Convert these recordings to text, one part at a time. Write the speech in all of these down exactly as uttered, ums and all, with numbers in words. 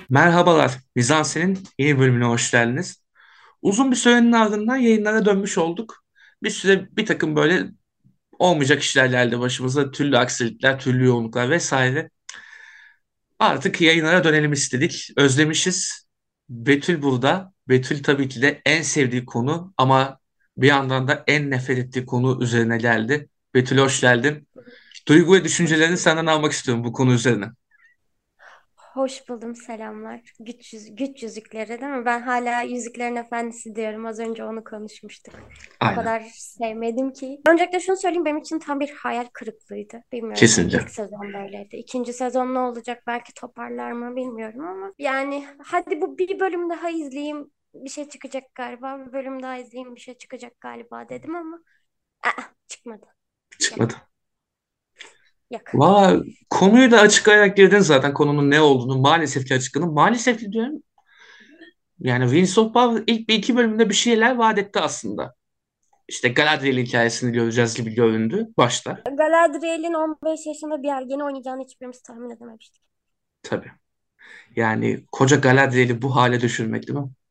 Merhabalar, Mizansen'in yeni bölümüne hoş geldiniz. Uzun bir sürenin ardından yayınlara dönmüş olduk. Bir süre bir takım böyle olmayacak işler geldi başımıza. Türlü aksilikler, türlü yoğunluklar vesaire. Artık yayınlara dönelim istedik. Özlemişiz. Betül burada. Betül tabii ki de en sevdiği konu ama bir yandan da en nefret ettiği konu üzerine geldi. Betül hoş geldin. Duygu ve Hoş düşüncelerini buldum. senden almak istiyorum bu konu üzerine. Hoş buldum. Selamlar. Güç, yüz, güç yüzükleri değil mi? Ben hala Yüzüklerin Efendisi diyorum. Az önce onu konuşmuştuk. O Aynen. kadar sevmedim ki. Öncelikle şunu söyleyeyim. Benim için tam bir hayal kırıklığıydı. Bilmiyorum. Kesinlikle. İlk sezon böyleydi. İkinci sezon ne olacak? Belki toparlar mı bilmiyorum ama. Yani hadi bu bir bölüm daha izleyeyim. Bir şey çıkacak galiba. Bir bölüm daha izleyeyim. Bir şey çıkacak galiba dedim ama. Aa, çıkmadı. Çıkmadı. Yok. Yok. Valla konuyu da açıklayarak girdin zaten konunun ne olduğunu maalesef ki açıkladım. Maalesef ki diyorum yani Wings of Power ilk bir iki bölümde bir şeyler vaat etti aslında. İşte Galadriel hikayesini göreceğiz gibi göründü başta. Galadriel'in on beş yaşında bir ergeni oynayacağını hiçbirimiz tahmin edememiştik. Tabii. Yani koca Galadriel'i bu hale düşürmek değil mi?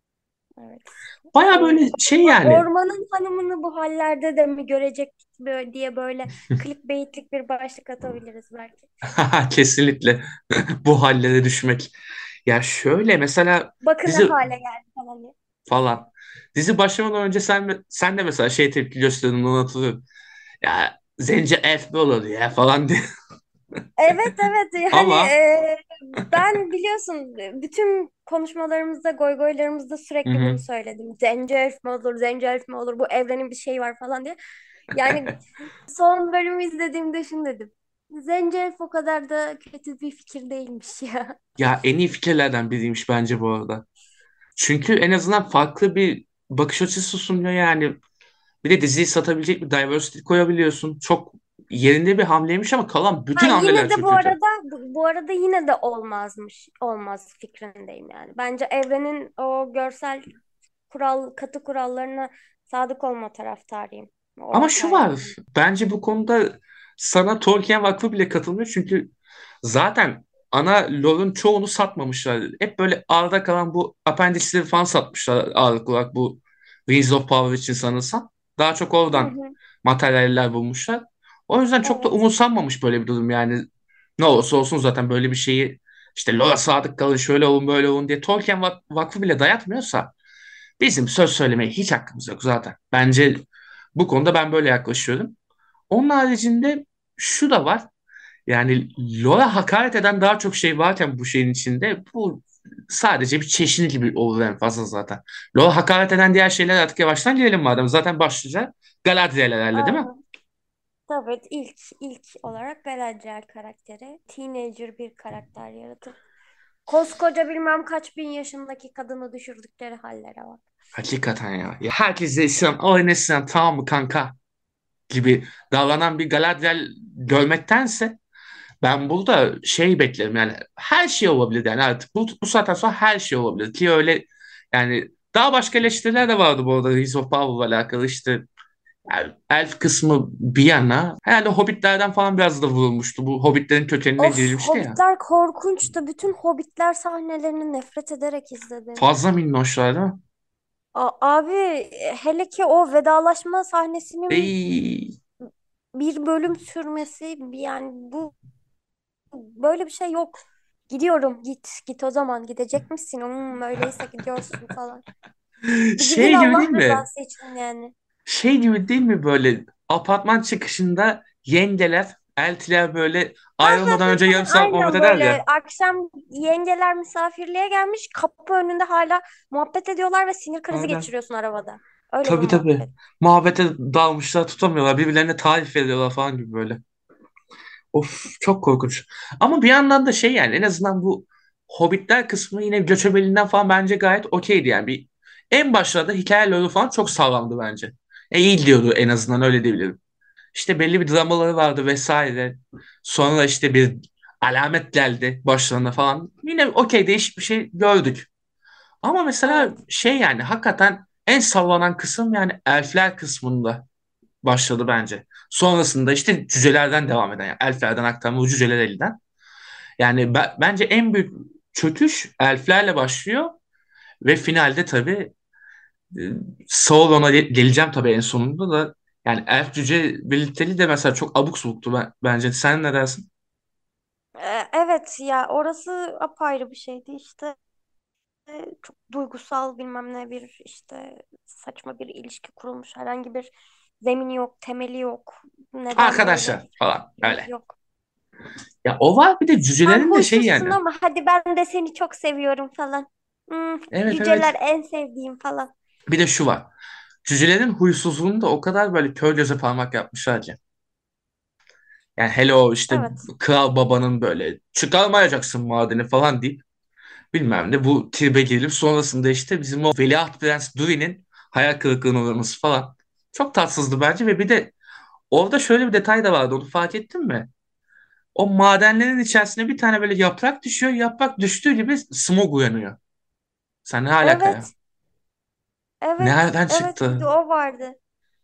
Evet. Baya O böyle şey orma- yani. ormanın hanımını bu hallerde de mi görecek böyle diye böyle clickbait'lik bir başlık atabiliriz belki. Kesinlikle bu hallere düşmek. Ya şöyle mesela Bakın ne dizi hale geldi falan diye. falan. Dizi başlamadan önce sen sen de mesela şey tepki gösterdin onu hatırlıyorum. Ya Zenci elf mi olur ya falan diye. Evet, evet, yani Ama e, ben biliyorsun bütün konuşmalarımızda goygoylarımızda hı sürekli bunu hı. söyledim. Zenci elf mi olur, zenci elf mi olur, bu evrenin bir şeyi var falan diye. Yani son bölümü izlediğimde şunu dedim. Zenci elf o kadar da kötü bir fikir değilmiş ya. Ya en iyi fikirlerden biriymiş bence bu arada. Çünkü en azından farklı bir bakış açısı sunuyor yani. Bir de diziyi satabilecek bir diversity koyabiliyorsun. Çok yerinde bir hamleymiş ama kalan Ha bütün hamleler yine de çok bu kötü. arada bu, bu arada yine de olmazmış. Olmaz fikrindeyim yani. Bence evrenin o görsel kural katı kurallarına sadık olma taraftarıyım. O Ama şu var. hikayelerin. Bence bu konuda sana Tolkien Vakfı bile katılmıyor. Çünkü zaten ana lore'un çoğunu satmamışlar. Hep böyle arada kalan bu appendixleri falan satmışlar ağırlıklı olarak bu Rings of Power için sanırsam. Daha çok Hı oradan hı, materyaller bulmuşlar. O yüzden çok da evet. umursanmamış böyle bir durum yani. Ne olursa olsun zaten böyle bir şeyi işte lore'a sadık kalın şöyle olun böyle olun diye Tolkien Vak- Vakfı bile dayatmıyorsa bizim söz söylemeye hiç hakkımız yok zaten. Bence bu konuda ben böyle yaklaşıyorum. Onun haricinde şu da var. Yani LoL'a hakaret eden daha çok şey varken bu şeyin içinde bu sadece bir çeşni gibi olur en fazla zaten. LoL'a hakaret eden diğer şeyler artık yavaştan gelelim madem. Zaten başlayacak. Galadriel'lerle değil mi? Aynen. Tabii ilk ilk olarak Galadriel karakteri teenager bir karakter yaratıp koskoca bilmem kaç bin yaşındaki kadını düşürdükleri hallere bak. Hakikaten ya. Ya herkes de isyan, o isyan tamam mı kanka gibi davranan bir Galadriel görmektense ben burada şey beklerim yani her şey olabilir yani artık bu, bu saatten sonra her şey olabilir ki öyle yani daha başka eleştiriler de vardı bu arada Rings of Power'la alakalı işte yani elf kısmı bir yana herhalde Hobbitlerden falan biraz da vurulmuştu bu Hobbitlerin kökenine Of, girilmişti ya Hobbitler korkunçtu. Bütün Hobbitler sahnelerini nefret ederek izledim. fazla minnoşlar değil mi? A- abi hele ki o vedalaşma sahnesinin Ey, bir bölüm sürmesi yani bu böyle bir şey yok. Gidiyorum git git o zaman gidecek misin? Hmm, öyleyse gidiyorsun falan. Bir gidin şey gibi Allah değil mi? rızası için yani. Şey gibi değil mi böyle apartman çıkışında yengeler eltiler böyle ayrılmadan önce yarım saat muhabbet Aynen eder böyle ya. akşam yengeler misafirliğe gelmiş kapı önünde hala muhabbet ediyorlar ve sinir krizi Aynen. geçiriyorsun arabada. Öyle bir Tabii tabii. muhabbet. Muhabbete dalmışlar tutamıyorlar. Birbirlerine tarif veriyorlar falan gibi böyle. Of çok korkunç. Ama bir yandan da şey yani en azından bu Hobbitler kısmı yine göçebeliğinden falan bence gayet okeydi yani. Bir, en başlarda hikaye lore falan çok sağlamdı bence. E, iyi diyordu en azından öyle diyebilirim. İşte belli bir dramaları vardı vesaire. Sonra işte bir alamet geldi başlarına falan. Yine okey değişik bir şey gördük. Ama mesela Evet. şey yani hakikaten en sallanan kısım yani elfler kısmında başladı bence. Sonrasında işte cücelerden devam eden yani elflerden aktarma bu cüceler elinden. Yani be- bence en büyük çöküş elflerle başlıyor ve finalde tabii e, Sauron'a ge- geleceğim tabii en sonunda da, yani elf cüce birlikteliği de mesela çok abuk subuktu ben, bence. Sen ne dersin? Ee, Evet ya, orası apayrı bir şeydi işte. Ee, Çok duygusal bilmem ne bir işte saçma bir ilişki kurulmuş. Herhangi bir zemini yok, temeli yok. Neden böyle Arkadaşlar hiçbir falan fikrimiz öyle. yok. Ya o var, bir de Sen cücelerin de şey huysuzsun yani. ama hadi ben de seni çok seviyorum falan. Hmm, Evet, cüceler evet. en sevdiğim falan. Bir de şu var. Cücelerin huysuzluğunu da o kadar böyle kör göze parmak yapmışlar ki. Yani hele o işte Evet. kral babanın böyle çıkarmayacaksın madeni falan deyip bilmem ne bu tribe gelip sonrasında işte bizim o Veliaht Prens Durin'in hayal kırıklığına uğraması falan. Çok tatsızdı bence ve bir de orada şöyle bir detay da vardı, onu fark ettin mi? O madenlerin içerisine bir tane böyle yaprak düşüyor. Yaprak düştüğü gibi Smaug uyanıyor. Sen ne alaka ya? Evet. Evet. Nereden Evet, bir çıktı? de o vardı.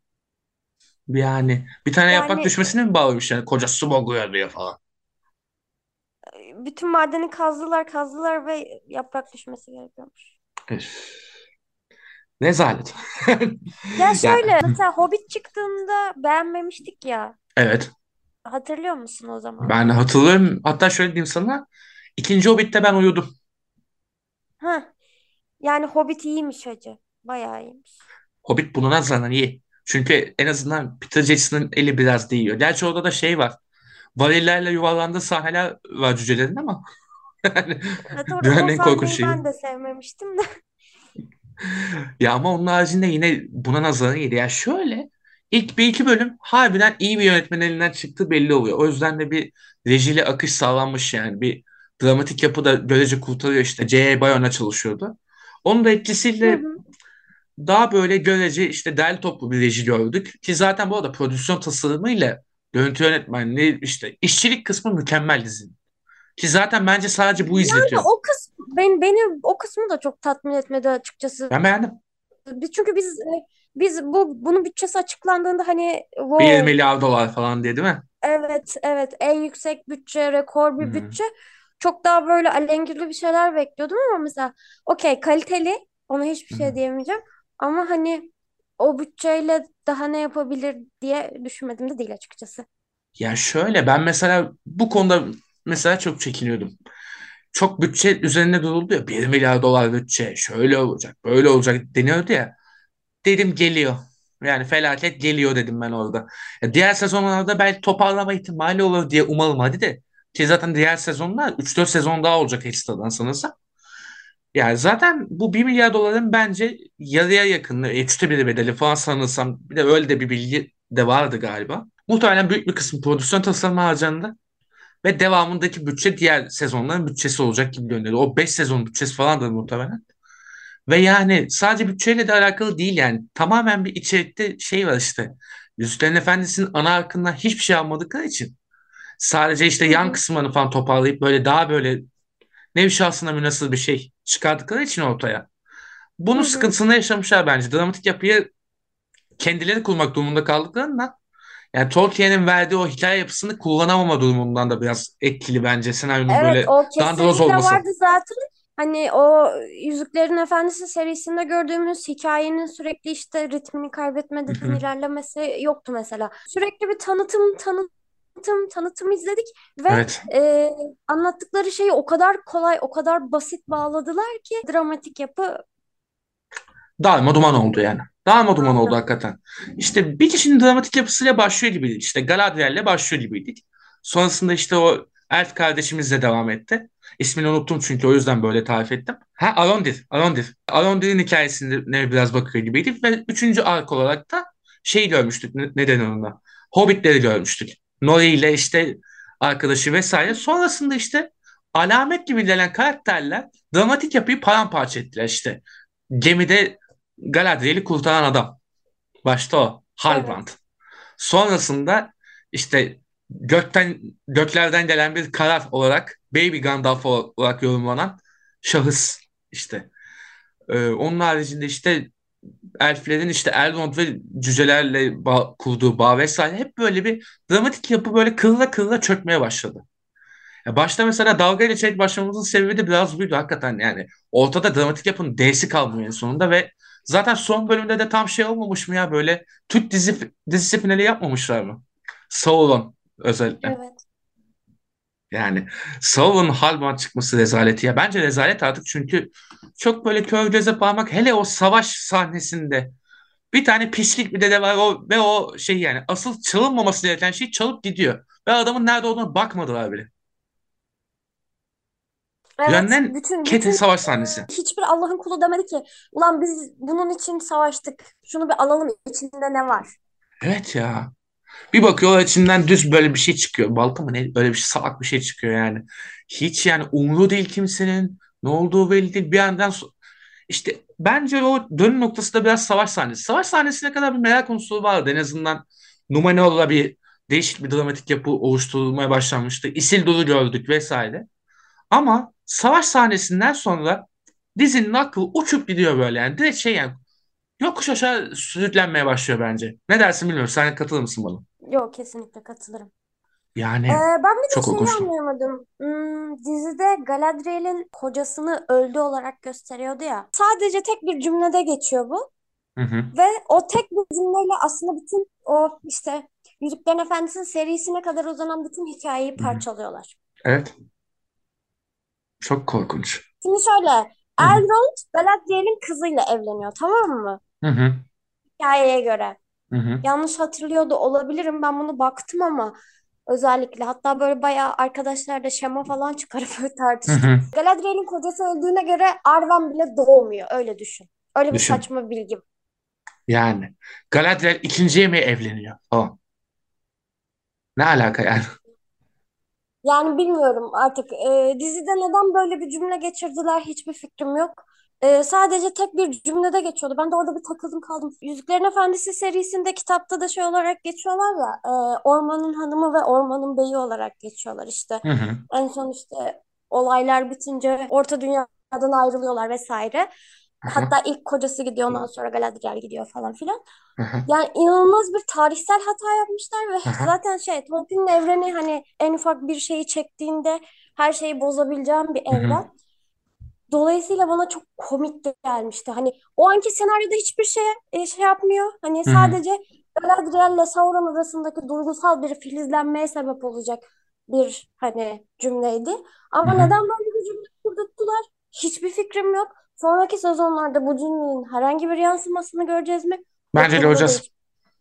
Yani bir tane yaprak Yani düşmesine mi bağlamış yani? Koca Smaug uyanıyor falan. e, bütün madeni kazdılar kazdılar ve yaprak düşmesi gerekiyormuş. Üf, rezalet. Ya Ya şöyle mesela Hobbit çıktığında beğenmemiştik ya. evet, Hatırlıyor musun o ben zamanlar? hatırlıyorum. Hatta şöyle diyeyim sana. İkinci Hobbit'te ben uyudum. Heh, yani Hobbit iyiymiş hacı. Bayağı iyiymiş. Hobbit buna nazaran iyi. Çünkü en azından Peter Jackson'ın eli biraz değiyor. Gerçi orada da şey var. Varillerle yuvarlandığı sahneler var cücelerin ama yani Evet, or- dünyanın o en korkunç sahneyi şeyi. ben de sevmemiştim de. Ya ama onun haricinde yine buna nazaran iyiydi. Ya şöyle, ilk bir iki bölüm harbiden iyi bir yönetmen elinden çıktığı belli oluyor. O yüzden de bir rejiyle akış sağlanmış yani. Bir dramatik yapı da görece kurtarıyor işte. J A. Bayona çalışıyordu. Onun da Hı etkisiyle hı. daha böyle görece işte derli toplu bir reji gördük. Ki zaten bu arada prodüksiyon tasarımıyla görüntü yönetmenliği işte işçilik kısmı mükemmel dizinin. Ki zaten bence sadece bu Yani izletiyor. o kısmı ben beni o kısmı da çok tatmin etmedi açıkçası. Ben beğendim. Biz çünkü biz e, biz bu bunun bütçesi açıklandığında hani Bir wow, milyar dolar falan diye değil mi? evet evet, en yüksek bütçe, rekor Hı bir hı. bütçe. Çok daha böyle alengirli bir şeyler bekliyordum ama mesela okey, kaliteli, ona hiçbir Hı hı. şey diyemeyeceğim. Ama hani o bütçeyle daha ne yapabilir diye düşünmedim de değil açıkçası. Ya şöyle, ben mesela bu konuda mesela çok çekiniyordum. Çok bütçe üzerinde duruldu ya, bir milyar dolar bütçe şöyle olacak böyle olacak deniyordu ya. Dedim geliyor. Yani felaket geliyor dedim ben orada. Ya diğer sezonlarda belki toparlama ihtimali olur diye umalım hadi de. Ki zaten diğer sezonlar üç dört sezon daha olacak ekstradan sanırsam. Yani zaten bu bir milyar doların bence yarıya yakını, e, üçte biri bedeli falan sanırsam, bir de öyle de bir bilgi de vardı galiba. Muhtemelen büyük bir kısmı prodüksiyon tasarımı harcandı. Ve devamındaki bütçe diğer sezonların bütçesi olacak gibi görünüyor. O beş sezon bütçesi falandır muhtemelen. Ve yani sadece bütçeyle de alakalı değil yani. Tamamen bir içerikte şey var işte. Yüzüklerin Efendisi'nin ana akımdan hiçbir şey almadıkları için. Sadece işte Hı yan hı. kısımlarını falan toparlayıp böyle daha böyle nevi şahsına münhasır bir şey çıkardıkları için ortaya. Hı Bunun hı. sıkıntısını yaşamışlar bence. Dramatik yapıyı kendileri kurmak durumunda kaldıklarından, yani Tolkien'in verdiği o hikaye yapısını kullanamama durumundan da biraz etkili bence senaryonun Evet, böyle o dandaloz kesinlikle olması. vardı zaten. Hani o Yüzüklerin Efendisi serisinde gördüğümüz hikayenin sürekli işte ritmini Hı kaybetmeden hı. ilerlemesi yoktu mesela. Sürekli bir tanıtım, tanıtım, tanıtım izledik ve Evet. e, anlattıkları şeyi o kadar kolay, o kadar basit bağladılar ki dramatik yapı Darma duman oldu bilmiyorum. yani. Darma duman oldu Aynen. hakikaten. İşte bir kişinin dramatik yapısıyla başlıyor gibiydik. İşte Galadriel'le başlıyor gibiydik. Sonrasında işte o elf kardeşimizle devam etti. İsmini unuttum çünkü o yüzden böyle tarif ettim. Ha, Arondir. Arondir. Arondir'in hikayesine biraz bakıyor gibiydik ve üçüncü ark olarak da şey görmüştük. Ne, neden onunla? Hobbitleri görmüştük. Nori ile işte arkadaşı vesaire. Sonrasında işte alamet gibi gelen karakterler dramatik yapıyı paramparça ettiler işte. Gemide Galadriel'i kurtaran adam. Başta o. Halbrand. Evet. Sonrasında işte gökten göklerden gelen bir karar olarak Baby Gandalf olarak yorumlanan şahıs işte. Ee, onun haricinde işte elflerin işte Elrond ve cücelerle bağ- kurduğu bağ vesaire hep böyle bir dramatik yapı böyle kırıla kırıla çökmeye başladı. Ya başta mesela dalga geçerek başlamamızın sebebi de biraz buydu hakikaten yani. Ortada dramatik yapının D'si kalmıyor en sonunda ve zaten son bölümde de tam şey olmamış mı ya, böyle Türk dizi, dizisi finali yapmamışlar mı? Sauron özellikle. Evet. Yani Sauron'un Halbrand çıkması rezaleti ya. Bence rezalet artık, çünkü çok böyle kör göze parmak, hele o savaş sahnesinde bir tane pislik bir dede var o, ve o şey yani asıl çalınmaması gereken şey çalıp gidiyor. Ve adamın nerede olduğunu bakmadılar bile. Dünyanın Evet, en bütün kete bütün savaş sahnesi. hiçbir Allah'ın kulu demedi ki ulan biz bunun için savaştık. Şunu bir alalım, içinde ne var? Evet ya. Bir bakıyorlar içinden düz böyle bir şey çıkıyor. Balta mı ne? Böyle bir şey, salak bir şey çıkıyor yani. Hiç yani umru değil kimsenin. Ne olduğu belli değil. Bir yandan so- işte bence o dönüm noktası da biraz savaş sahnesi. Savaş sahnesine kadar bir merak konusu vardı. En azından Numanor'la bir değişik bir dramatik yapı oluşturulmaya başlanmıştı. Isildur'u gördük vesaire. Ama savaş sahnesinden sonra dizinin aklı uçup gidiyor böyle yani. Direkt şey yani yokuş aşağı sürüklenmeye başlıyor bence. Ne dersin bilmiyorum. Sen katılır mısın bana? Yok, kesinlikle katılırım. Ee, Yani ben bir de çok şeyi korkunçtu. anlayamadım. Hmm, dizide Galadriel'in kocasını öldü olarak gösteriyordu ya. Sadece tek bir cümlede geçiyor bu. Hı hı. Ve o tek bir cümleyle aslında bütün o işte Yüzüklerin Efendisi'nin serisine kadar uzanan bütün hikayeyi Hı hı. parçalıyorlar. Evet. Çok korkunç. Şimdi şöyle, Hı hı. Elrond Galadriel'in kızıyla evleniyor, tamam mı? Hı hı. Hikayeye göre. Hı hı. Yanlış hatırlıyordu olabilirim. Ben bunu baktım ama özellikle hatta böyle bayağı arkadaşlarla şema falan çıkarıp böyle Hı tartıştık. hı. Galadriel'in kocası öldüğüne göre Arwen bile doğmuyor. Öyle düşün. Öyle bir Düşün. saçma bilgi. Yani Galadriel ikinciye mi evleniyor falan. Ne alaka yani? Yani bilmiyorum artık, e, dizide neden böyle bir cümle geçirdiler hiçbir fikrim yok. E, sadece tek bir cümlede geçiyordu. Ben de orada bir takıldım kaldım. Yüzüklerin Efendisi serisinde kitapta da şey olarak geçiyorlar ya, e, ormanın hanımı ve ormanın beyi olarak geçiyorlar işte. Hı hı. En son işte olaylar bitince Orta Dünya'dan ayrılıyorlar vesaire. Hı hı. Hatta ilk kocası gidiyor, ondan sonra Galadriel gidiyor falan filan. Hı hı. Yani inanılmaz bir tarihsel hata yapmışlar ve Hı hı. zaten şey, Tolkien'in evreni hani en ufak bir şeyi çektiğinde her şeyi bozabileceğim bir Hı hı. evren. Dolayısıyla bana çok komik gelmişti. Hani o anki senaryoda hiçbir şeye e, şey yapmıyor. Hani Hı hı. sadece Galadriel ile Sauron arasındaki duygusal bir filizlenmeye sebep olacak bir hani cümleydi. Hı Ama hı. neden böyle bir cümle kurdurttular? Hiçbir fikrim yok. Sonraki sezonlarda bu cümlenin herhangi bir yansımasını göreceğiz mi? Bence de Umurumda hocası. değil.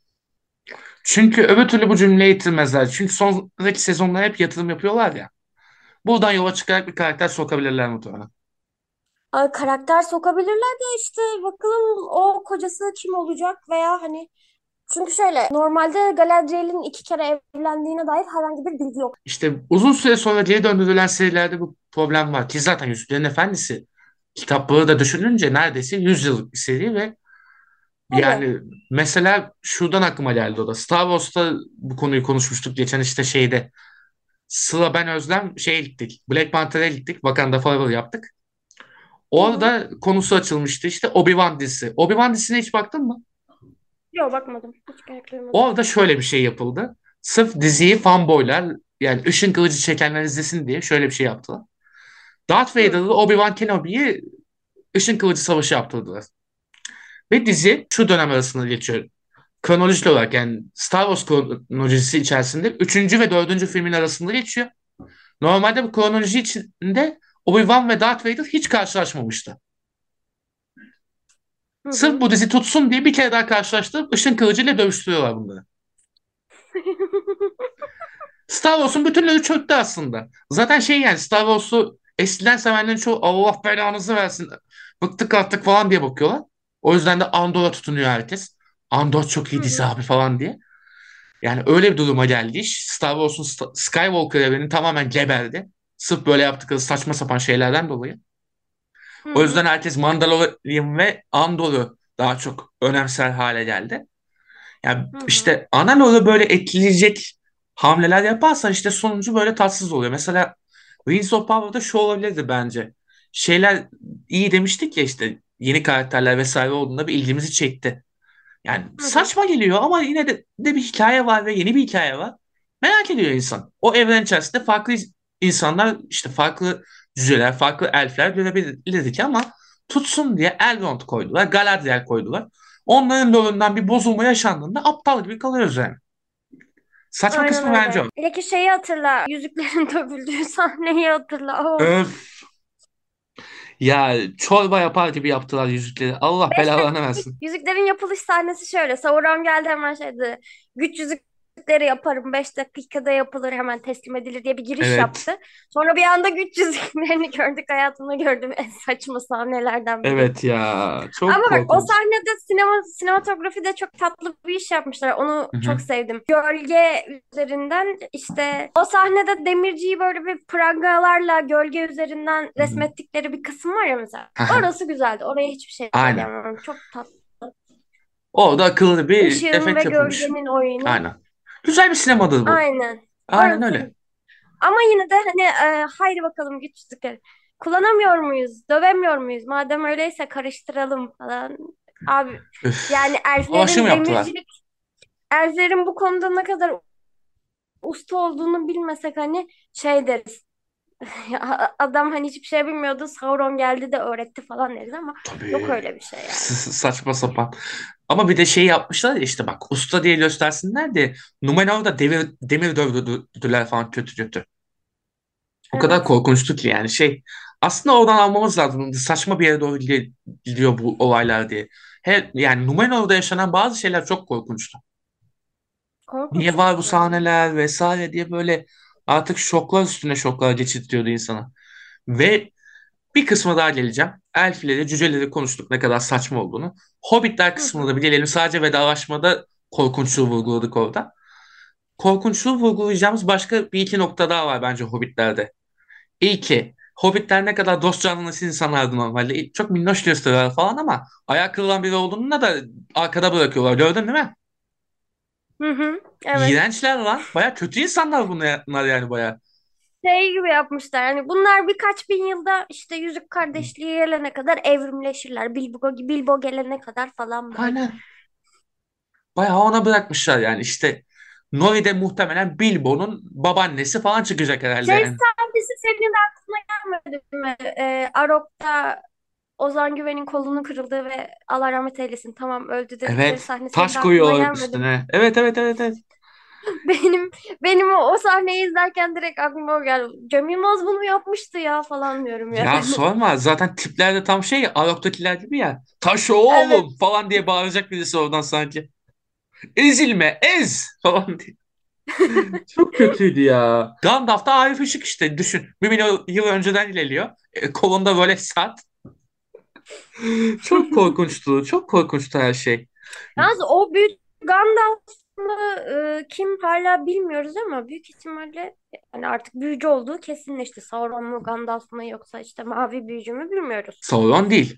Çünkü öbür türlü bu cümleyi yitirmezler. Çünkü sonraki sezonlar hep yatırım yapıyorlar ya. Buradan yola çıkarak bir karakter sokabilirler muhtemelen. Ay, karakter sokabilirler de işte bakalım o kocası kim olacak veya hani çünkü şöyle normalde Galadriel'in iki kere evlendiğine dair herhangi bir bilgi yok. İşte uzun süre sonra geri döndürülen serilerde bu problem var. Ki zaten Yüzüklerin Efendisi kitapları da düşününce neredeyse yüz yıllık bir seri ve Tabii. yani mesela şuradan aklıma geldi o da. Star Wars'ta bu konuyu konuşmuştuk geçen işte şeyde. Sıla ben Özlem şeye gittik. Black Panther'e gittik. Wakanda Forever yaptık. Hı hı. Orada konusu açılmıştı işte Obi-Wan dizisi. Obi-Wan dizisine hiç baktın mı? Yok, bakmadım. Hiç gerek duymadım. Orada şöyle bir şey yapıldı. Sırf diziyi fanboylar yani ışın kılıcı çekenler izlesin diye şöyle bir şey yaptılar. Darth Hı. Vader'la Obi-Wan Kenobi'yi ışın kılıcı savaşı yaptırdılar. Ve dizi şu dönem arasında geçiyor. Kronolojik olarak yani Star Wars kronolojisi içerisinde üçüncü ve dördüncü filmin arasında geçiyor. Normalde bu kronoloji içinde Obi-Wan ve Darth Vader hiç karşılaşmamıştı. Hı Sırf hı. bu dizi tutsun diye bir kere daha karşılaştırıp ışın kılıcıyla dövüştürüyorlar bunları. Star Wars'un bütünleri çöktü aslında. Zaten şey yani Star Wars'u eskiden sevenlerin çoğu Allah belanızı versin. Bıktık artık falan diye bakıyorlar. O yüzden de Andor'a tutunuyor herkes. Andor çok iyi Hı dizi hı. abi falan diye. Yani öyle bir duruma geldi iş. Star Wars'un Sta- Skywalker evreni tamamen geberdi. Sırf böyle yaptıkları saçma sapan şeylerden dolayı. Hı O yüzden hı. herkes Mandalorian ve Andor'u daha çok önemser hale geldi. Yani Hı hı. işte ana lore'u böyle etkileyecek hamleler yaparsan işte sonucu böyle tatsız oluyor. Mesela Rings of Power'da şu olabilirdi bence. Şeyler iyi demiştik ya işte yeni karakterler vesaire olduğunda bir ilgimizi çekti. Yani Hı hı. saçma geliyor ama yine de, de bir hikaye var ve yeni bir hikaye var. Merak ediyor insan. O evren içerisinde farklı insanlar işte farklı cüceler, farklı elfler görebilirdik ama tutsun diye Elrond koydular, Galadriel koydular. Onların lorundan bir bozulma yaşandığında aptal gibi kalıyoruz yani. Saçma Aynen kısmı bence öyle. o. Peki şeyi hatırla. Yüzüklerin dövüldüğü sahneyi hatırla. Of. Öf. Ya çorba yapar gibi yaptılar yüzükleri. Allah Beş belalarını dakika versin. yüzüklerin yapılış sahnesi şöyle. Sauron geldi hemen şeydi. Güç yüzükleri yaparım. Beş dakikada yapılır hemen teslim edilir diye bir giriş Evet. yaptı. Sonra bir anda güç yüzüklerini gördük. Hayatımda gördüğüm en saçma sahnelerden biriydi. Evet ya. Çok Ama bak o korkunç. sahnede sinema sinematografi de çok tatlı bir iş yapmışlar. Onu Hı hı. çok sevdim. Gölge üzerinden işte o sahnede Demirci'yi böyle bir prangalarla gölge üzerinden Hı hı. resmettikleri bir kısım var ya mesela. Hı hı. Orası güzeldi. Oraya hiçbir şey Aynen. söyleyemem. Çok tatlı. Orada akıllı bir Işığın ve efekt yapılmış. gölgenin oyunu. Aynen. Güzel bir sinemadır bu. Aynen. Aynen Orası. öyle. Ama yine de hani e, haydi bakalım güçlükleri. Kullanamıyor muyuz? Dövemiyor muyuz? Madem öyleyse karıştıralım falan. Abi Üf. yani Savaşı mı elflerin yaptılar? demircilik, elflerin bu konuda ne kadar usta olduğunu bilmesek hani şey deriz. Ya, adam hani hiçbir şey bilmiyordu. Sauron geldi de öğretti falan deriz ama yok Tabii. öyle bir şey yani. Saçma sapan. Ama bir de şey yapmışlar ya işte bak usta diye göstersinler de Numenor'da demir, demir dövdürdüler falan kötü kötü. O kadar Evet. korkunçtu ki yani şey aslında oradan almamız lazım. Saçma bir yere doğru gide- gidiyor bu olaylar diye. He, yani Numenor'da yaşanan bazı şeyler çok korkunçtu. Niye Korkunçtu var bu yani. sahneler vesaire diye böyle artık şoklar üstüne şoklar geçirtiyordu insana. Ve bir kısmı daha geleceğim. Elfleri, cüceleri konuştuk ne kadar saçma olduğunu. Hobbitler Hı kısmına hı. da bir gelelim. Sadece vedalaşmada korkunçluğu vurguladık orada. Korkunçluğu vurgulayacağımız başka bir iki nokta daha var bence Hobbitler'de. İlki, Hobbitler ne kadar dost canlısı insanlardı normalde. Çok minnoş gösteriyorlar falan ama ayak kırılan biri olduğunda da arkada bırakıyorlar. Gördün değil mi? Hı hı. Evet. İğrençler lan. Baya kötü insanlar bunlar, bunlar yani baya. Şey gibi yapmışlar. Yani bunlar birkaç bin yılda işte yüzük kardeşliği gelene kadar evrimleşirler. Bilbo, Bilbo gelene kadar falan böyle. Aynen. Bayağı ona bırakmışlar yani işte Nori'de muhtemelen Bilbo'nun babaannesi falan çıkacak herhalde Şey yani. sahnesi senin de aklına gelmedi mi? Ee, Arok'ta Ozan Güven'in kolunu kırıldı ve Allah rahmet eylesin tamam öldü dedikleri Evet. sahne senin Taş de aklına koyuyorlar gelmedi mi? üstüne. Evet evet evet evet. Benim benim o, o sahneyi izlerken direkt aklıma o geldi. Cem Yılmaz bunu yapmıştı ya falan diyorum Ya yani. sorma zaten tipler de tam şey ya Arok'takiler gibi ya. Taş Evet. oğlum falan diye bağıracak birisi oradan sanki. Ezilme ez falan diye. Çok kötüydü ya. Gandalf da Arif Işık işte düşün. Bir milyon yıl önceden ilerliyor. E, kolunda böyle saat. Çok korkunçtu. Çok korkunçtu her şey. Yalnız o büyük Gandalf mı e, kim hala bilmiyoruz ama büyük ihtimalle yani artık büyücü olduğu kesinleşti. Sauron mu Gandalf mı yoksa işte mavi büyücü mü bilmiyoruz. Sauron değil.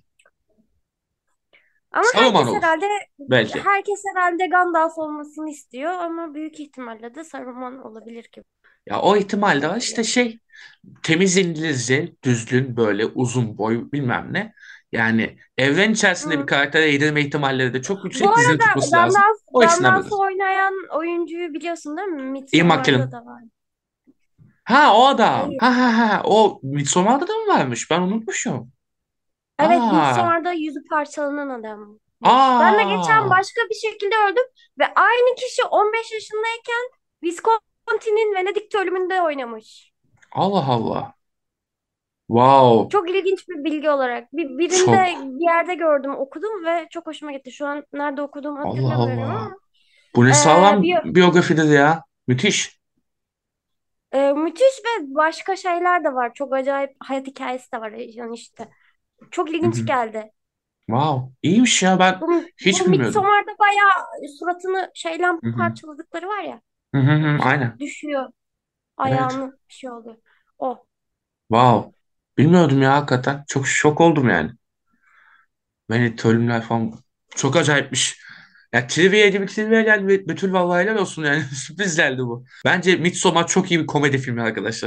Ama Saruman herkes olur herhalde belki. herkes herhalde Gandalf olmasını istiyor ama büyük ihtimalle de Saruman olabilir gibi Ya o ihtimal de var. İşte geliyor. şey temiz İngilizce, düzgün böyle uzun boy bilmem ne. Yani evren içerisinde bir Hı. karaktere yedirme ihtimalleri de çok Bu yüksek. Dizinin arada tutması lazım. Gandalf O ikisinden Gandalf'ı biridir. oynayan oyuncuyu biliyorsun değil mi? Ian Midsommar'da McKellen. da var. Ha o adam. Hayır. Ha ha ha. O Midsommar'da da mı varmış? Ben unutmuşum. Evet, Aa. Midsommar'da yüzü parçalanan adammış. Ben de geçen Aa. başka bir şekilde öldüm ve aynı kişi on beş yaşındayken Visconti'nin Venedik'te ölümünde oynamış. Allah Allah. Wow. Çok ilginç bir bilgi olarak. Bir, birinde Çok. bir yerde gördüm, okudum ve çok hoşuma gitti. Şu an nerede okuduğumu Allah hatırlamıyorum Allah. ama Bu ne eee, sağlam bir, biyografidir ya. Müthiş. eee, müthiş ve başka şeyler de var. Çok acayip hayat hikayesi de var yani işte. Çok Hı ilginç hı. geldi. Wow. İyiymiş ya ben Bu, hiç bu bilmiyordum. Midsommar'da bayağı suratını şeyle Hı hı. parçaladıkları var ya. Hı hı hı. İşte Aynen. düşüyor. Evet. Ayağını bir şey oluyor. O. Wow. Bilmiyordum ya hakikaten. Çok şok oldum yani. Beni ölümler falan çok acayipmiş. Ya trivia gibi trivia geldi. Be- Betül vallahi helal olsun yani. Sürpriz geldi bu. Bence Midsommar çok iyi bir komedi filmi arkadaşlar.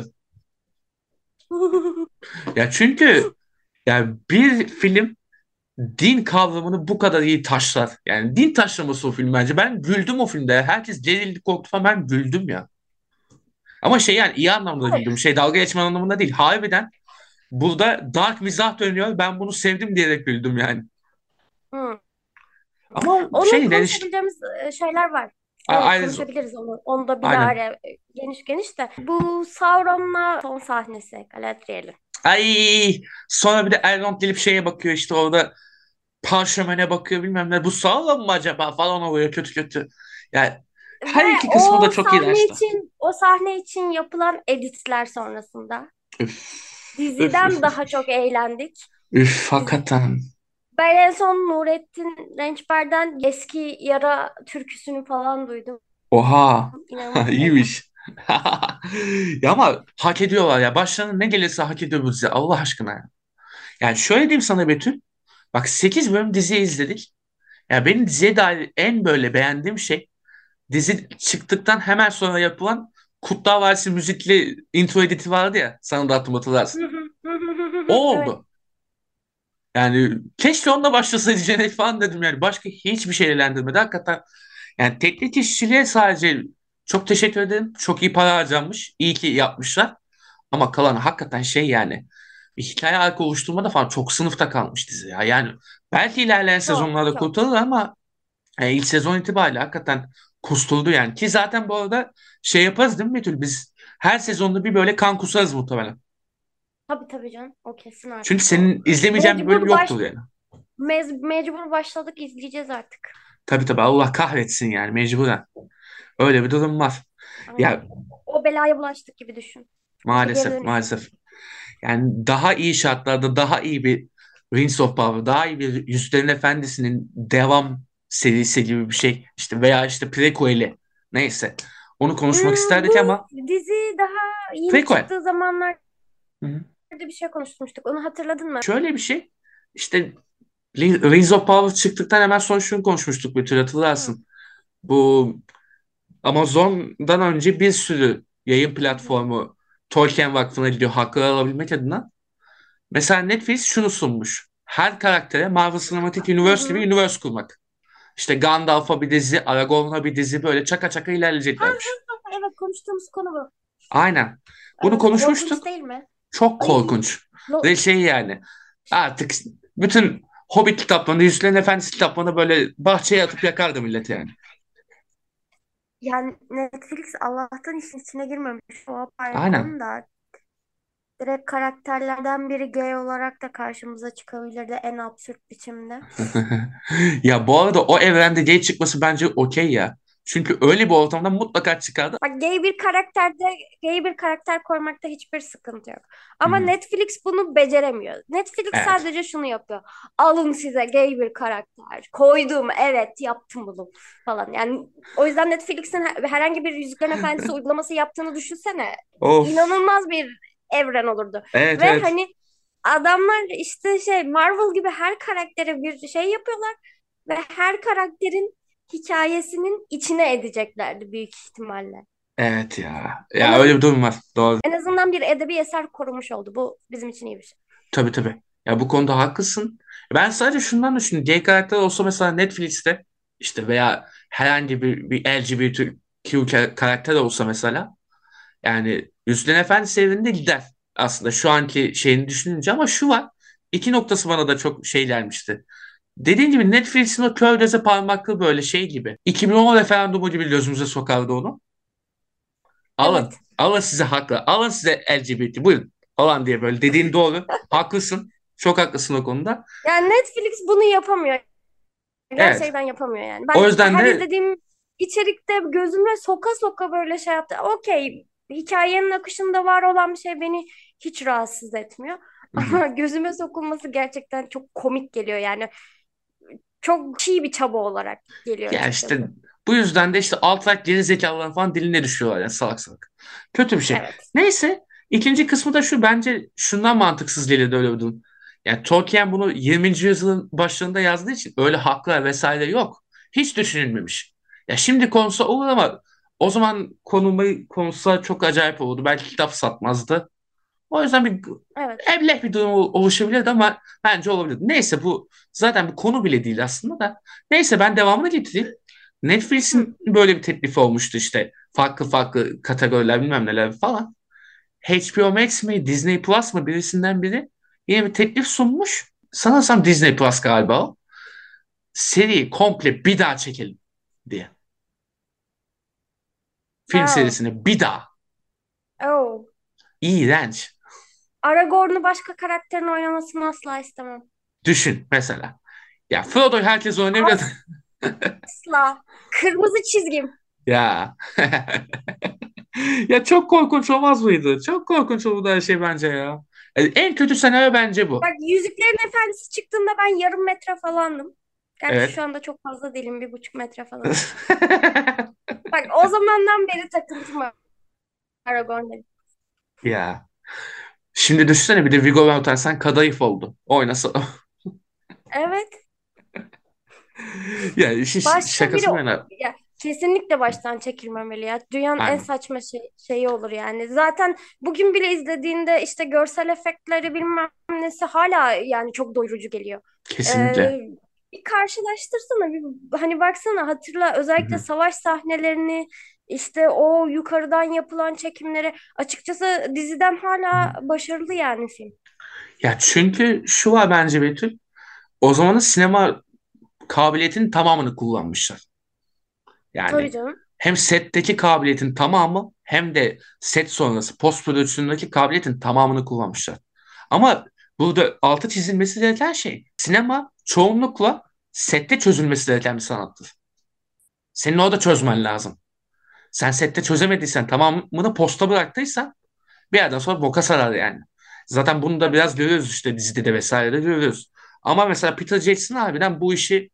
Ya çünkü ya bir film din kavramını bu kadar iyi taşlar. Yani din taşlaması o film bence. Ben güldüm o filmde. Herkes gerildi korktu falan ben güldüm ya. Ama şey yani iyi anlamda güldüm. Şey dalga geçme anlamında değil. Harbiden burada dark mizah dönüyor. Ben bunu sevdim diyerek güldüm yani. Hı. Ama Onu şey deniş konuşabileceğimiz e, şeyler var. Evet, ayrı konuşabiliriz onu. Onu da aynen. bilahare e, geniş geniş de. Bu Sauron'la son sahnesi Galadriel'in. Ay sonra bir de Elrond gelip şeye bakıyor işte orada parşömene bakıyor bilmem ne. Bu sağlam mı acaba falan oluyor kötü kötü. Yani Ve her iki kısmı da o çok iyi sahne açtı. için o sahne için yapılan editler sonrasında Üf, üf, üf, diziden üf. daha çok eğlendik. Üf, Dizi, hakikaten. ben en son Nurettin Rençber'den eski yara türküsünü falan duydum. Oha. İnanılmaz eğlendim. İyiymiş. Ya ama hak ediyorlar ya. Başlarına ne gelirse hak ediyor bu dizi. Allah aşkına ya. Yani şöyle diyeyim sana Betül. Bak sekiz bölüm dizi izledik. Ya benim diziye dair en böyle beğendiğim şey dizi çıktıktan hemen sonra yapılan Kurtlar Vadisi müzikli intro editi vardı ya. Sana da hatırlatılarsın. O Evet. oldu. Yani keşke onunla başlasaydı Cennet falan dedim yani. Başka hiçbir şey eğlendirmedi. Hakikaten yani teknik işçiliğe sadece çok teşekkür ederim. Çok iyi para harcanmış. İyi ki yapmışlar. Ama kalanı hakikaten şey yani. Bir hikaye arka oluşturmada falan çok sınıfta kalmış dizi ya. Yani belki ilerleyen Çok sezonlarda çok. kurtarılır ama e, ilk sezon itibariyle hakikaten kusturdu yani. Ki zaten bu arada şey yaparız değil mi Betül? Biz her sezonda bir böyle kan kusarız muhtemelen. Tabii tabii canım. O kesin Çünkü artık o. senin izlemeyeceğin bir bölüm Mecbur baş yoktur yani. mez, mecbur başladık, izleyeceğiz artık. Tabii tabii Allah kahretsin yani mecburen. Öyle bir durum var. Aynen. Ya O belaya bulaştık gibi düşün. Yoksa geri maalesef dönüş yok. maalesef. Yani daha iyi şartlarda daha iyi bir Rings of Power, daha iyi bir Yüzüklerin Efendisi'nin devam serisi gibi bir şey. İşte veya işte prequel'i neyse. Onu konuşmak Hmm, isterdik bu ama dizi daha yeni prequel. çıktığı zamanlarda Hı hı. bir şey konuşmuştuk. Onu hatırladın mı? Şöyle bir şey. İşte Rings of Power çıktıktan hemen sonra şunu konuşmuştuk Betül Hı, hatırlarsın. Bu Amazon'dan önce bir sürü yayın hı, hı. platformu Tolkien Vakfı'na gidiyor hakları alabilmek adına. Mesela Netflix şunu sunmuş. Her karaktere Marvel Cinematic Hı Universe gibi hı. universe kurmak. İşte Gandalf'a bir dizi, Aragorn'a bir dizi böyle çaka çaka Ha, ilerleyeceklermiş. ha, ha, evet, konuştuğumuz konu bu. Aynen. Bunu Evet, korkunç konuşmuştuk. değil mi? Çok Ay, korkunç. no, Ve şey yani artık bütün Hobbit kitaplarını, Yüzüklerin Efendisi kitaplarını böyle bahçeye atıp yakardı millet yani. yani Netflix Allah'tan işin içine girmemiş. O apayrı Aynen. konu da. Direkt karakterlerden biri gay olarak da karşımıza çıkabilirdi en absürt biçimde. Ya bu arada o evrende gay çıkması bence okey ya. Çünkü öyle bir ortamda mutlaka çıkardı. Bak, gay bir karakterde gay bir karakter koymakta hiçbir sıkıntı yok. Hı Ama hı. Netflix bunu beceremiyor. Netflix Evet. sadece şunu yapıyor. Alın size gay bir karakter. Koydum, evet, yaptım bunu falan. Yani o yüzden Netflix'in her- herhangi bir Yüzüklerin Efendisi uygulaması yaptığını düşünsene. Of. İnanılmaz bir evren olurdu. Evet Ve evet. hani adamlar işte şey Marvel gibi her karaktere bir şey yapıyorlar ve her karakterin hikayesinin içine edeceklerdi büyük ihtimalle. Evet ya. En, Ya az, öyle bir durum var. Doğru. en azından bir edebi eser korumuş oldu. Bu bizim için iyi bir şey. Tabii tabii. Ya bu konuda haklısın. Ben sadece şundan düşündüm. Gay karakter olsa mesela Netflix'te işte veya herhangi bir, bir L G B T Q ka- karakter olsa mesela yani Yüzüklerin Efendisi evreninde gider. Aslında şu anki şeyini düşününce ama şu var. İki noktası bana da çok şey gelmişti. Dediğin gibi Netflix'in o kör göze parmaklı böyle şey gibi. iki bin on referandumu gibi gözümüze sokardı onu. Alın. Evet. Alın size haklı. Alın size L G B T. Buyurun. Falan diye böyle. Dediğin doğru. Haklısın. Çok haklısın o konuda. Yani Netflix bunu yapamıyor. Evet. Gerçekten yapamıyor yani. O Ben yüzden her de izlediğim içerikte gözüme soka soka böyle şey yaptı. Okey. Hikayenin akışında var olan bir şey beni hiç rahatsız etmiyor. Hı hı. Ama gözüme sokulması gerçekten çok komik geliyor. Yani çok çiğ bir çaba olarak geliyor Ya işte açıkçası. bu yüzden de işte alt-right geri zekalıların falan diline düşüyorlar yani salak salak. Kötü bir şey. Evet. Neyse. ikinci kısmı da şu bence şundan mantıksız geliyordu öyle bir durum. Yani Tolkien bunu yirminci yüzyılın başlarında yazdığı için öyle haklar vesaire yok. Hiç düşünülmemiş. Ya şimdi konsa olur ama o zaman konulmayı konsa çok acayip olurdu. Belki kitap satmazdı. O yüzden bir Evet. ebleh bir durum ol- oluşabilirdi ama bence olabilirdi. Neyse bu zaten bir konu bile değil aslında da. Neyse ben devamını getireyim. Hı. Netflix'in böyle bir teklifi olmuştu işte. Farklı farklı kategoriler bilmem neler falan. H B O Max mi Disney Plus mı birisinden biri yine bir teklif sunmuş. Sanırsam Disney Plus galiba o. Seriyi komple bir daha çekelim diye. Film Wow. serisini bir daha. Oh. İğrenç. Aragorn'u başka karakterin oynamasını asla istemem. Düşün mesela. Ya Frodo'yu herkes oynayabilir. Asla. Kırmızı çizgim. Ya. Ya çok korkunç olmaz mıydı? Çok korkunç oldu her şey bence ya. Yani en kötü senaryo bence bu. Bak Yüzüklerin Efendisi çıktığında ben yarım metre falandım. Gerçi Evet. şu anda çok fazla değilim. Bir buçuk metre falanım. Bak o zamandan beri takıntım var Aragorn'da. Ya. Şimdi düşünsene bir de Viggo Mortensen kadayıf oldu. Oynasa. Evet. Ya işin ş- Başta biri şakası bir yana. ya, kesinlikle baştan çekilmemeli ya. Dünyanın en Aynen. saçma şey, şeyi olur yani. Zaten bugün bile izlediğinde işte görsel efektleri bilmem nesi hala yani çok doyurucu geliyor. Ee, Kesinlikle. bir karşılaştırsana bir hani baksana hatırla Hı özellikle hı. savaş sahnelerini işte o yukarıdan yapılan çekimleri açıkçası diziden Hı hı. hala başarılı yani film. Ya çünkü şu var bence Betül. O zamanın sinema kabiliyetinin tamamını kullanmışlar. Tabii Yani canım. hem setteki kabiliyetin tamamı hem de set sonrası post prodüksiyondaki kabiliyetin tamamını kullanmışlar. Ama burada altı çizilmesi gereken şey sinema çoğunlukla sette çözülmesi gereken bir sanattır. Senin orada çözmen Evet. lazım. Sen sette çözemediysen tamamını posta bıraktıysan bir yerden sonra boka sarar yani. Zaten bunu da Tabii biraz tabii. görüyoruz işte dizide de vesairede görüyoruz. Ama mesela Peter Jackson harbiden bu işi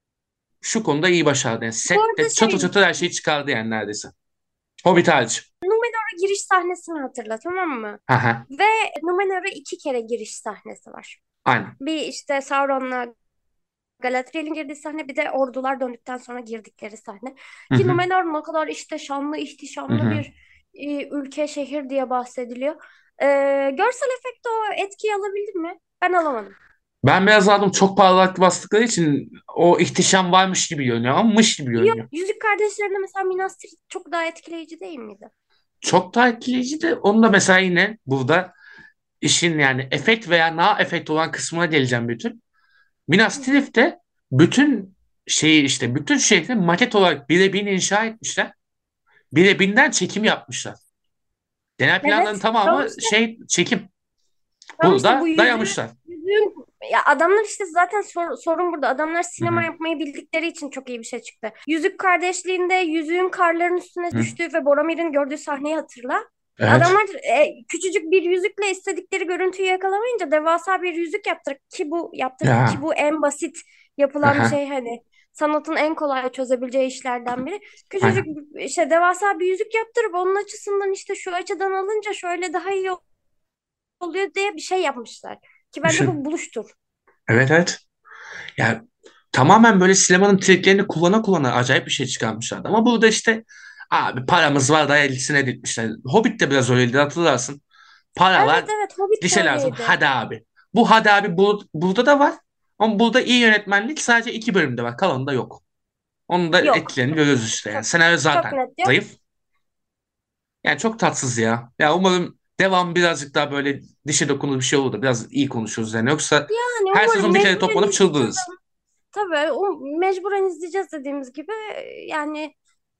şu konuda iyi başardı. Yani Bu arada sette çatır şey çatır her şeyi çıkardı yani neredeyse. Hobbit hariç. Numenora giriş sahnesini hatırla tamam mı? Hı hı. Ve Numenora iki kere giriş sahnesi var. Aynen. Bir işte Sauron'la Galadriel'in girdiği sahne bir de ordular döndükten sonra girdikleri sahne. Hı Ki hı. Numenor ne kadar işte şanlı, Hı ihtişamlı hı. bir e, ülke, şehir diye bahsediliyor. E, görsel efekte o etkiyi alabildi mi? Ben alamadım. Ben biraz aldım çok pahalı bastıkları için o ihtişam varmış gibi görünüyor ama mış gibi Yok, görünüyor. Yüzük Kardeşlerinde mesela Minas Tirith çok daha etkileyici değil miydi? Çok daha etkileyici de onu da mesela yine burada işin yani efekt veya na efekt olan kısmına geleceğim bütün. Hı Minas hı. Tirith'te bütün şeyi işte bütün şehri maket olarak birebir inşa etmişler. Birebinden çekim yapmışlar. Genel planların Evet. Tamam tamamı işte. şey çekim. Tamam işte bu Burada yüzüğü, dayamışlar. yüzüğün ya adamlar işte zaten sor- sorun burada. Adamlar Hı sinema hı. yapmayı bildikleri için çok iyi bir şey çıktı. Yüzük Kardeşliğinde yüzüğün karların üstüne Hı. düştüğü ve Boromir'in gördüğü sahneyi hatırla. Evet. Adamlar e, küçücük bir yüzükle istedikleri görüntüyü yakalamayınca devasa bir yüzük yaptırıp ki bu yaptırıp ki Ya. bu en basit yapılan Aha. şey hani sanatın en kolay çözebileceği işlerden biri. Küçücük Aynen. işte devasa bir yüzük yaptırıp onun açısından işte şu açıdan alınca şöyle daha iyi oluyor diye bir şey yapmışlar. Ki bence bu Düşün. buluştur. Evet evet. Ya tamamen böyle sinemanın triklerini kullana kullana acayip bir şey çıkarmışlardı. Ama burada işte abi paramız var da elisine ditmişler. Hobbit de biraz öyleydi hatırlarsın. Para Evet var, evet Hobbit de dişe lazım. öyleydi. Hadi abi. Bu hadi abi bu, burada da var. Ama burada iyi yönetmenlik sadece iki bölümde var. Kalanında yok. Onun da Yok. etkilerini görüyoruz işte. Yani Çok senaryo çok zaten net yok. zayıf. Yani çok tatsız ya. Ya umarım devam birazcık daha böyle dişe dokunur bir şey olur da biraz iyi konuşuruz yani. Yoksa Yani her umarım sezon bir kere mecburen toplanıp izleyeceğiz. çıldırırız. Tabii o, mecburen izleyeceğiz dediğimiz gibi yani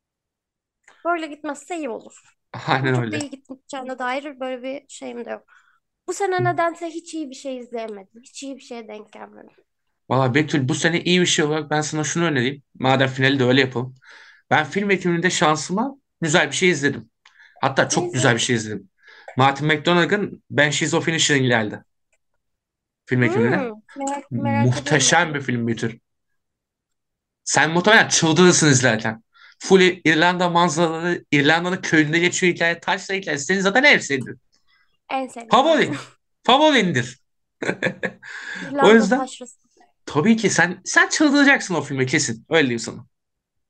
böyle gitmezse iyi olur. Ama Aynen çok da öyle. iyi gitmeyeceğine dair böyle bir şeyim de yok. Bu sene nedense hiç iyi bir şey izleyemedim. Hiç iyi bir şeye denk gelmedim. Valla Betül bu sene iyi bir şey olarak ben sana şunu önereyim. Madem finali de öyle yapalım. Ben film ekiminde şansıma güzel bir şey izledim. Hatta Ne çok güzel bir izledin? şey izledim. Martin McDonagh'ın Banshees of Inisherin geldi film ekimine. Hmm, merak, merak ediyorum Muhteşem bakayım. bir film Betül. Sen muhtemelen çıldırırsın izlerken. Full İrlanda manzaraları, İrlanda'nın köyünde geçiyor hikaye, taşla hikaye. Senin zaten ev senin. En sevdiğim. Favorin. Favorindir. O İrlanda yüzden taşrası. tabii ki sen sen çıldıracaksın o filme kesin. Öyle diyeyim sana.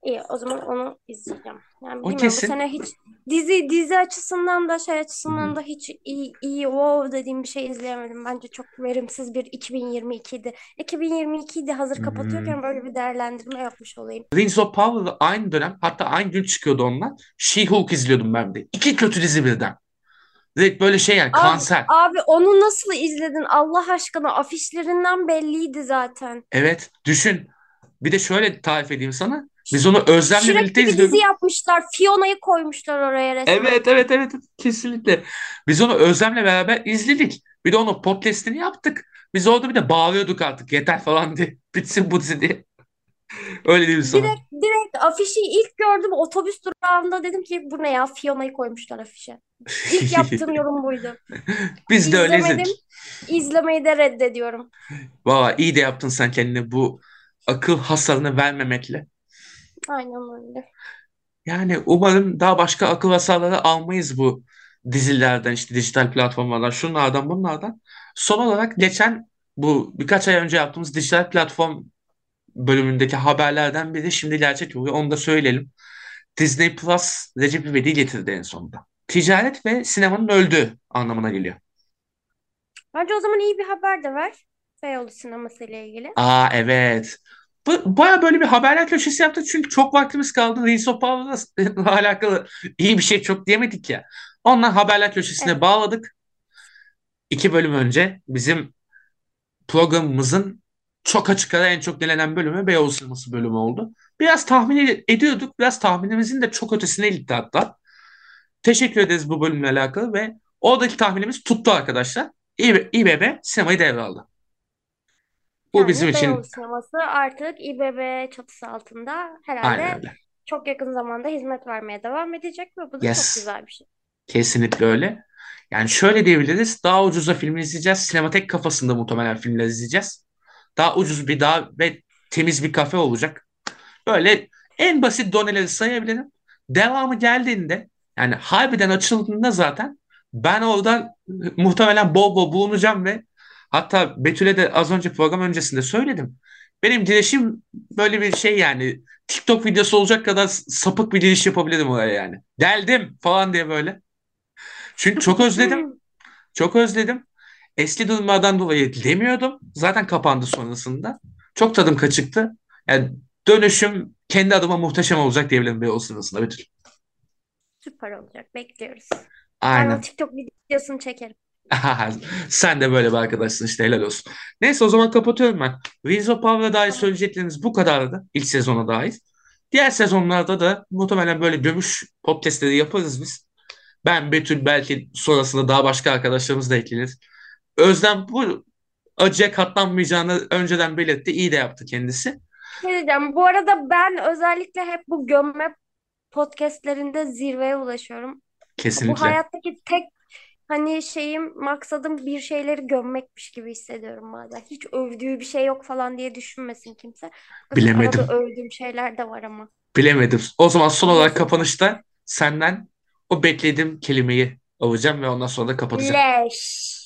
İyi, o zaman onu izleyeceğim. Yani O bilmiyorum, bu kesin. sene hiç dizi dizi açısından da şey Hı hı. açısından da hiç iyi iyi wow dediğim bir şey izleyemedim. Bence çok verimsiz bir iki bin yirmi ikiydi. iki bin yirmi ikiyi de hazır Hmm. kapatıyorken böyle bir değerlendirme yapmış olayım. Rings of Power'la aynı dönem, hatta aynı gün çıkıyordu onlar. She-Hulk izliyordum ben de. İki kötü dizi birden. Direkt böyle şey yani, Abi, kanser. abi onu nasıl izledin Allah aşkına? Afişlerinden belliydi zaten. Evet, düşün. Bir de şöyle tarif edeyim sana. Biz onu Özlem'le Shrek birlikte gibi dizi izliyorduk. yapmışlar. Fiona'yı koymuşlar oraya resmen. Evet, evet, evet, kesinlikle. Biz onu Özlem'le beraber izledik. Bir de onun podcast'ini yaptık. Biz orada bir de bağırıyorduk artık yeter falan diye. Bitsin bu dizi diye. Öyle diyeyim sana. Direkt direkt afişi ilk gördüm otobüs durağında, dedim ki bu ne ya, Fiona'yı koymuşlar afişe. İlk yaptığım yorum buydu. Biz de öyle İzlemedim. izledik. İzlemeyi de reddediyorum. Valla iyi de yaptın sen kendine bu akıl hasarını vermemekle. Aynen öyle. Yani umarım daha başka akıl hasarları almayız bu dizilerden, işte dijital platformlardan, şunlardan, bunlardan. Son olarak geçen bu birkaç ay önce yaptığımız dijital platform bölümündeki haberlerden biri şimdi gerçek oluyor. Onu da söyleyelim. Disney Plus Recep İvedik'i getirdi en sonunda. Ticaret ve sinemanın öldüğü anlamına geliyor. Bence o zaman iyi bir haber de ver. Beyoğlu sineması ile ilgili. Aa, evet. Bu, baya böyle bir haberler köşesi yaptık çünkü çok vaktimiz kaldı. Rings of Power'la alakalı iyi bir şey çok diyemedik ya. Ondan haberler köşesine Evet. bağladık. İki bölüm önce bizim programımızın çok açık ara en çok dinlenen bölümü Beyoğlu Sineması bölümü oldu. Biraz tahmin ed- ediyorduk. Biraz tahminimizin de çok ötesine gitti hatta. Teşekkür ederiz bu bölümle alakalı ve oradaki tahminimiz tuttu arkadaşlar. İ- İBB sinemayı devraldı. Bu bizim Yani Beyoğlu için sineması artık İBB çatısı altında aynen herhalde öyle. çok yakın zamanda hizmet vermeye devam edecek ve bu da çok Yes. güzel bir şey. Kesinlikle öyle. Yani şöyle diyebiliriz. Daha ucuza film izleyeceğiz. Sinematek kafasında muhtemelen filmler izleyeceğiz. Daha ucuz bir daha ve temiz bir kafe olacak. Böyle en basit doneleri sayabilirim. Devamı geldiğinde, yani harbiden açıldığında zaten ben oradan muhtemelen bol bol bulunacağım ve hatta Betül'e de az önce program öncesinde söyledim. Benim girişim böyle bir şey yani, TikTok videosu olacak kadar sapık bir giriş yapabilirim oraya yani. Geldim falan diye böyle. Çünkü çok özledim. Çok özledim. Eski durumlardan dolayı demiyordum. Zaten kapandı sonrasında. Çok tadım kaçıktı. Yani dönüşüm kendi adıma muhteşem olacak diyebilirim Beyoğlu sırasında Betül. Süper olacak. Bekliyoruz. Ben o Aynen. TikTok videosunu çekerim. Sen de böyle bir arkadaşsın işte, helal olsun. Neyse, o zaman kapatıyorum ben. Wings of Power'a dair Tamam. söyleyecekleriniz bu kadardı. İlk sezona dair. Diğer sezonlarda da muhtemelen böyle dövüş podcastleri yaparız biz. Ben, Betül, belki sonrasında daha başka arkadaşlarımız da eklenir. Özlem bu acıya katlanmayacağını önceden belirtti. İyi de yaptı kendisi. Şey diyeceğim. Bu arada ben özellikle hep bu gömme podcastlerinde zirveye ulaşıyorum. Bu Kesinlikle. hayattaki tek hani şeyim, maksadım bir şeyleri gömmekmiş gibi hissediyorum bazen. Hiç övdüğü bir şey yok falan diye düşünmesin kimse. Bakın arada Bilemedim. övdüğüm şeyler de var ama. Bilemedim. O zaman son olarak Neyse ki. kapanışta senden o beklediğim kelimeyi alacağım ve ondan sonra da kapatacağım. Leş.